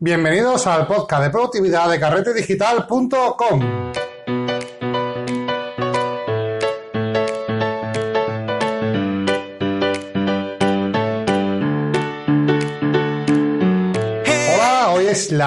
Bienvenidos al podcast de productividad de carretedigital.com. Hola, hoy es el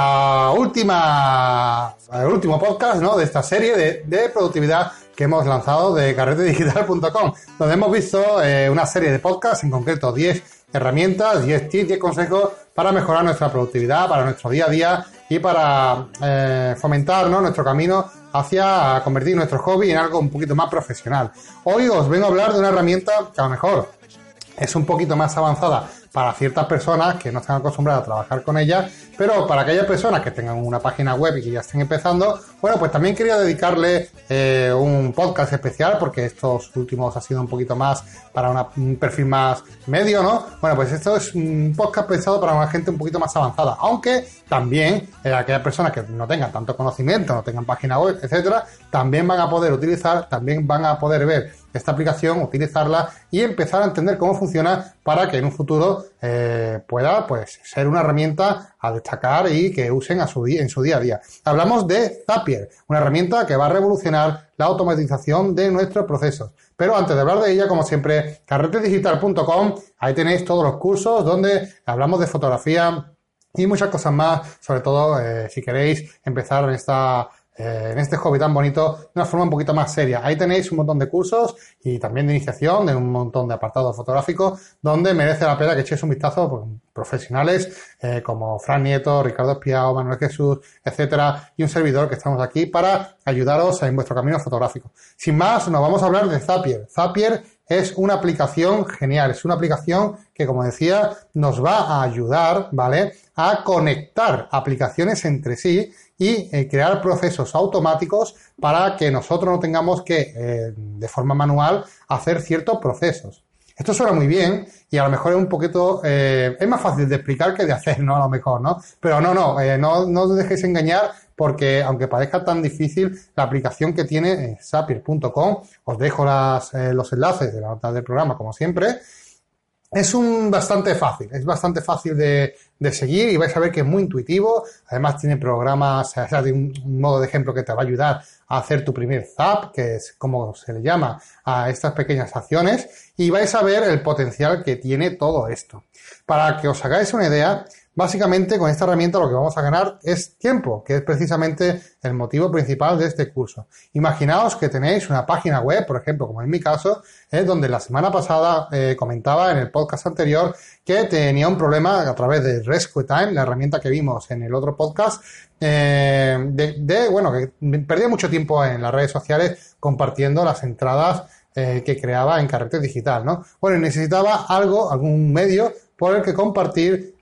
último podcast, ¿no?, de esta serie de productividad que hemos lanzado de carretedigital.com, donde hemos visto una serie de podcasts, en concreto 10 herramientas, 10 tips, 10 consejos para mejorar nuestra productividad, para nuestro día a día y para fomentar, ¿no?, nuestro camino hacia convertir nuestro hobby en algo un poquito más profesional. Hoy os vengo a hablar de una herramienta que a lo mejor es un poquito más avanzada para ciertas personas que no están acostumbradas a trabajar con ella, pero para aquellas personas que tengan una página web y que ya estén empezando, bueno, pues también quería dedicarle un podcast especial, porque estos últimos ha sido un poquito más para un perfil más medio, ¿no? Bueno, pues esto es un podcast pensado para una gente un poquito más avanzada, aunque también aquellas personas que no tengan tanto conocimiento, no tengan página web, etcétera, también van a poder utilizar, también van a poder ver esta aplicación, utilizarla y empezar a entender cómo funciona para que en un futuro pueda, pues, ser una herramienta a destacar y que usen en su día a día. Hablamos de Zapier, una herramienta que va a revolucionar la automatización de nuestros procesos. Pero antes de hablar de ella, como siempre, carretedigital.com, ahí tenéis todos los cursos donde hablamos de fotografía y muchas cosas más, sobre todo si queréis empezar en este hobby tan bonito de una forma un poquito más seria. Ahí tenéis un montón de cursos y también de iniciación, de un montón de apartados fotográficos donde merece la pena que echéis un vistazo por profesionales como Fran Nieto, Ricardo Espiao, Manuel Jesús, etcétera, y un servidor que estamos aquí para ayudaros en vuestro camino fotográfico. Sin más, nos vamos a hablar de Zapier. Zapier es una aplicación genial, es una aplicación que, como decía, nos va a ayudar, ¿vale?, a conectar aplicaciones entre sí y crear procesos automáticos para que nosotros no tengamos que, de forma manual, hacer ciertos procesos. Esto suena muy bien y a lo mejor es un poquito, es más fácil de explicar que de hacer, ¿no? A lo mejor, ¿no? Pero no os dejéis engañar, porque aunque parezca tan difícil, la aplicación que tiene Zapier.com, os dejo los enlaces de la nota del programa, como siempre. Es bastante fácil de seguir y vais a ver que es muy intuitivo. Además tiene programas, o sea, tiene un modo de ejemplo que te va a ayudar a hacer tu primer zap, que es como se le llama a estas pequeñas acciones, y vais a ver el potencial que tiene todo esto. Para que os hagáis una idea, básicamente con esta herramienta lo que vamos a ganar es tiempo, que es precisamente el motivo principal de este curso. Imaginaos que tenéis una página web, por ejemplo, como en mi caso, donde la semana pasada comentaba en el podcast anterior que tenía un problema a través de Rescue Time, la herramienta que vimos en el otro podcast, bueno, que perdía mucho tiempo en las redes sociales compartiendo las entradas que creaba en Carrete Digital, ¿no? Bueno, y necesitaba algún medio por el que compartir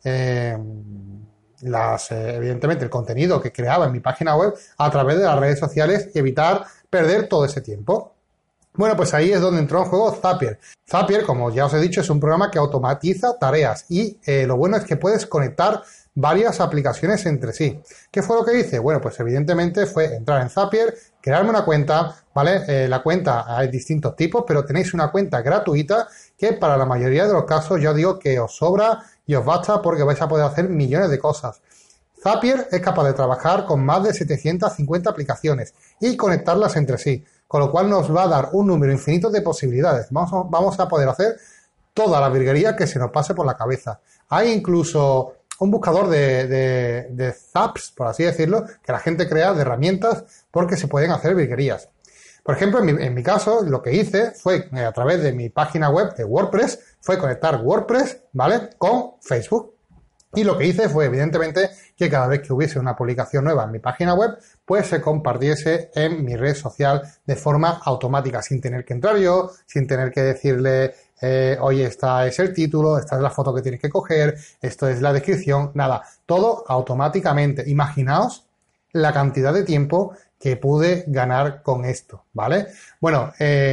evidentemente el contenido que creaba en mi página web a través de las redes sociales y evitar perder todo ese tiempo. Bueno, pues ahí es donde entró en juego Zapier. Zapier, como ya os he dicho, es un programa que automatiza tareas y lo bueno es que puedes conectar varias aplicaciones entre sí. ¿Qué fue lo que hice? Bueno, pues evidentemente fue entrar en Zapier, crearme una cuenta, ¿vale? La cuenta hay distintos tipos, pero tenéis una cuenta gratuita que para la mayoría de los casos yo digo que os sobra y os basta porque vais a poder hacer millones de cosas. Zapier es capaz de trabajar con más de 750 aplicaciones y conectarlas entre sí, con lo cual nos va a dar un número infinito de posibilidades. Vamos a poder hacer toda la virguería que se nos pase por la cabeza. Hay incluso un buscador de zaps, por así decirlo, que la gente crea de herramientas porque se pueden hacer virguerías. Por ejemplo, en mi caso, lo que hice fue, a través de mi página web de WordPress, fue conectar WordPress, ¿vale?, con Facebook. Y lo que hice fue, evidentemente, que cada vez que hubiese una publicación nueva en mi página web, pues se compartiese en mi red social de forma automática, sin tener que entrar yo, sin tener que decirle, oye, esta es el título, esta es la foto que tienes que coger, esto es la descripción, nada, todo automáticamente. Imaginaos la cantidad de tiempo que pude ganar con esto, ¿vale? Bueno,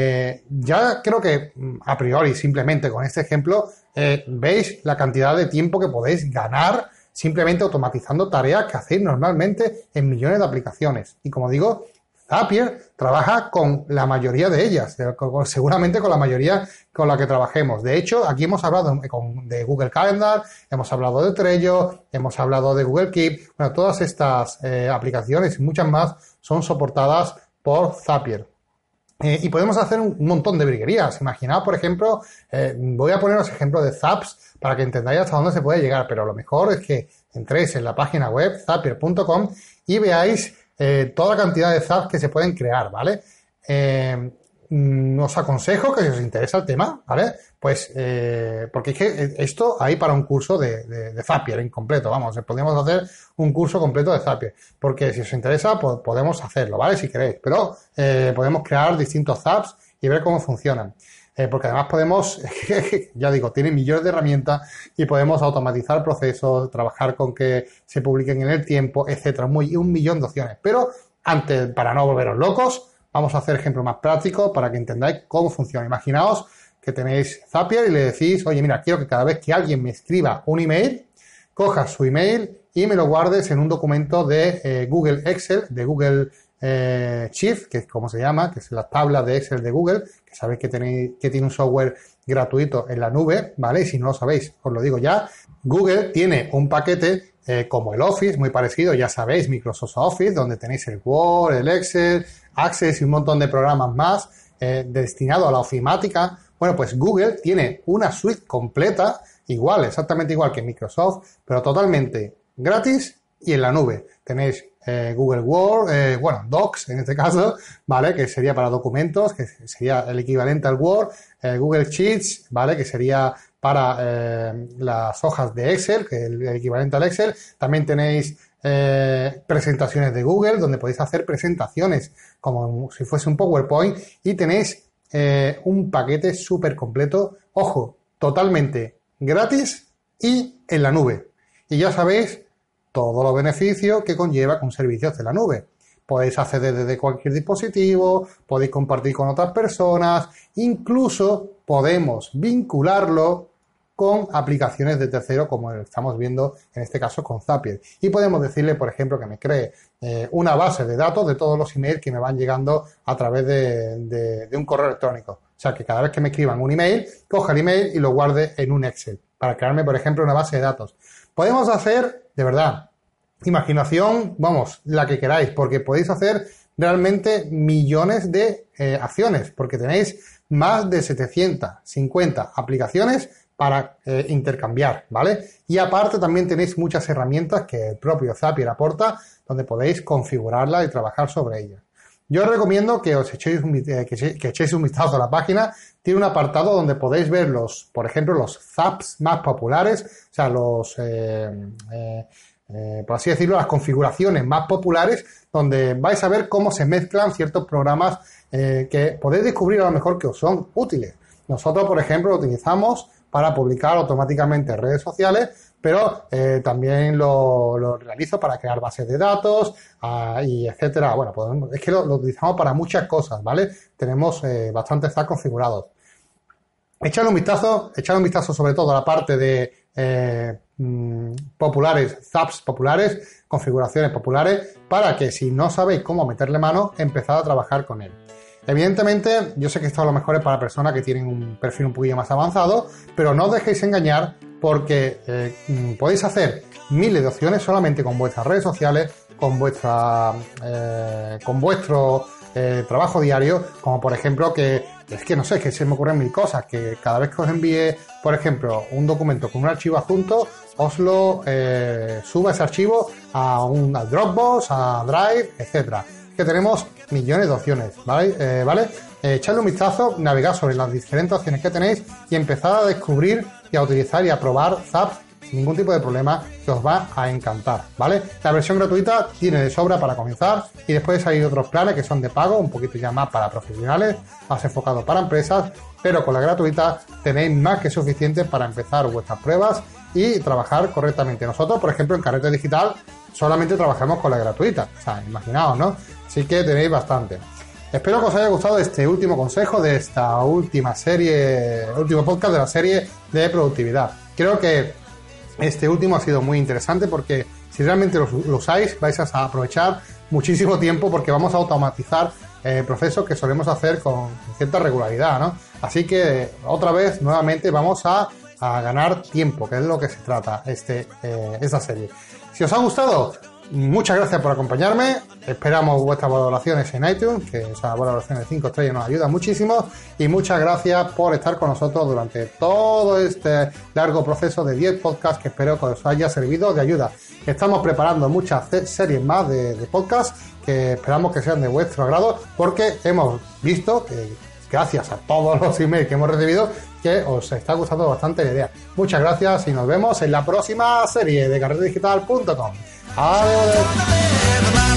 ya creo que a priori, simplemente con este ejemplo, veis la cantidad de tiempo que podéis ganar simplemente automatizando tareas que hacéis normalmente en millones de aplicaciones. Y como digo, Zapier trabaja con la mayoría de ellas, seguramente con la mayoría con la que trabajemos. De hecho, aquí hemos hablado de Google Calendar, hemos hablado de Trello, hemos hablado de Google Keep. Bueno, todas estas aplicaciones y muchas más son soportadas por Zapier. Y podemos hacer un montón de virguerías. Imaginaos, por ejemplo, voy a poneros ejemplos de Zaps para que entendáis hasta dónde se puede llegar, pero lo mejor es que entréis en la página web zapier.com y veáis toda la cantidad de Zaps que se pueden crear, ¿vale? Os aconsejo que si os interesa el tema, ¿vale? Pues, porque es que esto hay para un curso de Zapier en completo, vamos, podemos hacer un curso completo de Zapier, porque si os interesa, pues podemos hacerlo, ¿vale? Si queréis, pero podemos crear distintos Zaps y ver cómo funcionan. Porque además podemos, ya digo, tiene millones de herramientas y podemos automatizar procesos, trabajar con que se publiquen en el tiempo, etcétera, un millón de opciones. Pero antes, para no volveros locos, vamos a hacer ejemplos más prácticos para que entendáis cómo funciona. Imaginaos que tenéis Zapier y le decís, oye, mira, quiero que cada vez que alguien me escriba un email, cojas su email y me lo guardes en un documento de Google Excel, de Google Sheet, que es como se llama, que es la tabla de Excel de Google, que sabéis que tiene un software gratuito en la nube, ¿vale? Y si no lo sabéis, os lo digo ya. Google tiene un paquete como el Office, muy parecido, ya sabéis, Microsoft Office, donde tenéis el Word, el Excel, Access y un montón de programas más destinados a la ofimática. Bueno, pues Google tiene una suite completa, exactamente igual que Microsoft, pero totalmente gratis y en la nube. Tenéis Google Word, Docs en este caso, ¿vale? Que sería para documentos, que sería el equivalente al Word, Google Sheets, ¿vale? Que sería para las hojas de Excel, que es el equivalente al Excel. También tenéis presentaciones de Google, donde podéis hacer presentaciones como si fuese un PowerPoint, y tenéis un paquete súper completo, ojo, totalmente gratis y en la nube. Y ya sabéis todos los beneficios que conlleva con servicios de la nube. Podéis acceder desde cualquier dispositivo, podéis compartir con otras personas, incluso podemos vincularlo con aplicaciones de tercero, como estamos viendo en este caso con Zapier. Y podemos decirle, por ejemplo, que me cree una base de datos de todos los emails que me van llegando a través de un correo electrónico. O sea, que cada vez que me escriban un email, coja el email y lo guarde en un Excel, para crearme, por ejemplo, una base de datos. Podemos hacer, de verdad, imaginación, vamos, la que queráis, porque podéis hacer realmente millones de acciones, porque tenéis más de 750 aplicaciones para intercambiar, ¿vale? Y aparte también tenéis muchas herramientas que el propio Zapier aporta, donde podéis configurarla y trabajar sobre ellas. Yo os recomiendo que os echéis un vistazo a la página. Tiene un apartado donde podéis ver por ejemplo, los Zaps más populares, o sea, por así decirlo, las configuraciones más populares, donde vais a ver cómo se mezclan ciertos programas que podéis descubrir a lo mejor que os son útiles. Nosotros, por ejemplo, lo utilizamos para publicar automáticamente en redes sociales, pero también lo realizo para crear bases de datos y etcétera. Bueno, es que lo utilizamos para muchas cosas, ¿vale? Tenemos bastantes Zaps configurados. Echadle un vistazo sobre todo a la parte de populares, Zaps populares, configuraciones populares, para que si no sabéis cómo meterle mano, empezad a trabajar con él. Evidentemente, yo sé que esto a lo mejor es para personas que tienen un perfil un poquillo más avanzado, pero no os dejéis engañar, porque podéis hacer miles de opciones solamente con vuestras redes sociales, con vuestro trabajo diario, como por ejemplo que se me ocurren mil cosas, que cada vez que os envíe, por ejemplo, un documento con un archivo adjunto, os lo suba ese archivo a Dropbox, a Drive, etcétera. Que tenemos millones de opciones, ¿vale? Echadle un vistazo, navegad sobre las diferentes opciones que tenéis y empezad a descubrir y a utilizar y a probar Zaps sin ningún tipo de problema, que os va a encantar, ¿vale? La versión gratuita tiene de sobra para comenzar, y después hay otros planes que son de pago, un poquito ya más para profesionales, más enfocados para empresas, pero con la gratuita tenéis más que suficiente para empezar vuestras pruebas y trabajar correctamente. Nosotros, por ejemplo, en Carrete Digital solamente trabajamos con la gratuita, o sea, imaginaos, ¿no? Así que tenéis bastante. Espero que os haya gustado este último consejo de esta último podcast de la serie de productividad. Creo que este último ha sido muy interesante, porque si realmente lo usáis, vais a aprovechar muchísimo tiempo porque vamos a automatizar procesos que solemos hacer con cierta regularidad, ¿no? Así que otra vez, nuevamente, vamos a ganar tiempo, que es lo que se trata esta serie. Si os ha gustado, muchas gracias por acompañarme. Esperamos vuestras valoraciones en iTunes, que esas valoraciones de 5 estrellas nos ayudan muchísimo. Y muchas gracias por estar con nosotros durante todo este largo proceso de 10 podcasts que espero que os haya servido de ayuda. Estamos preparando muchas series más de podcasts que esperamos que sean de vuestro agrado, porque hemos visto que, gracias a todos los emails que hemos recibido, que os está gustando bastante la idea. Muchas gracias y nos vemos en la próxima serie de carretedigital.com. Adiós.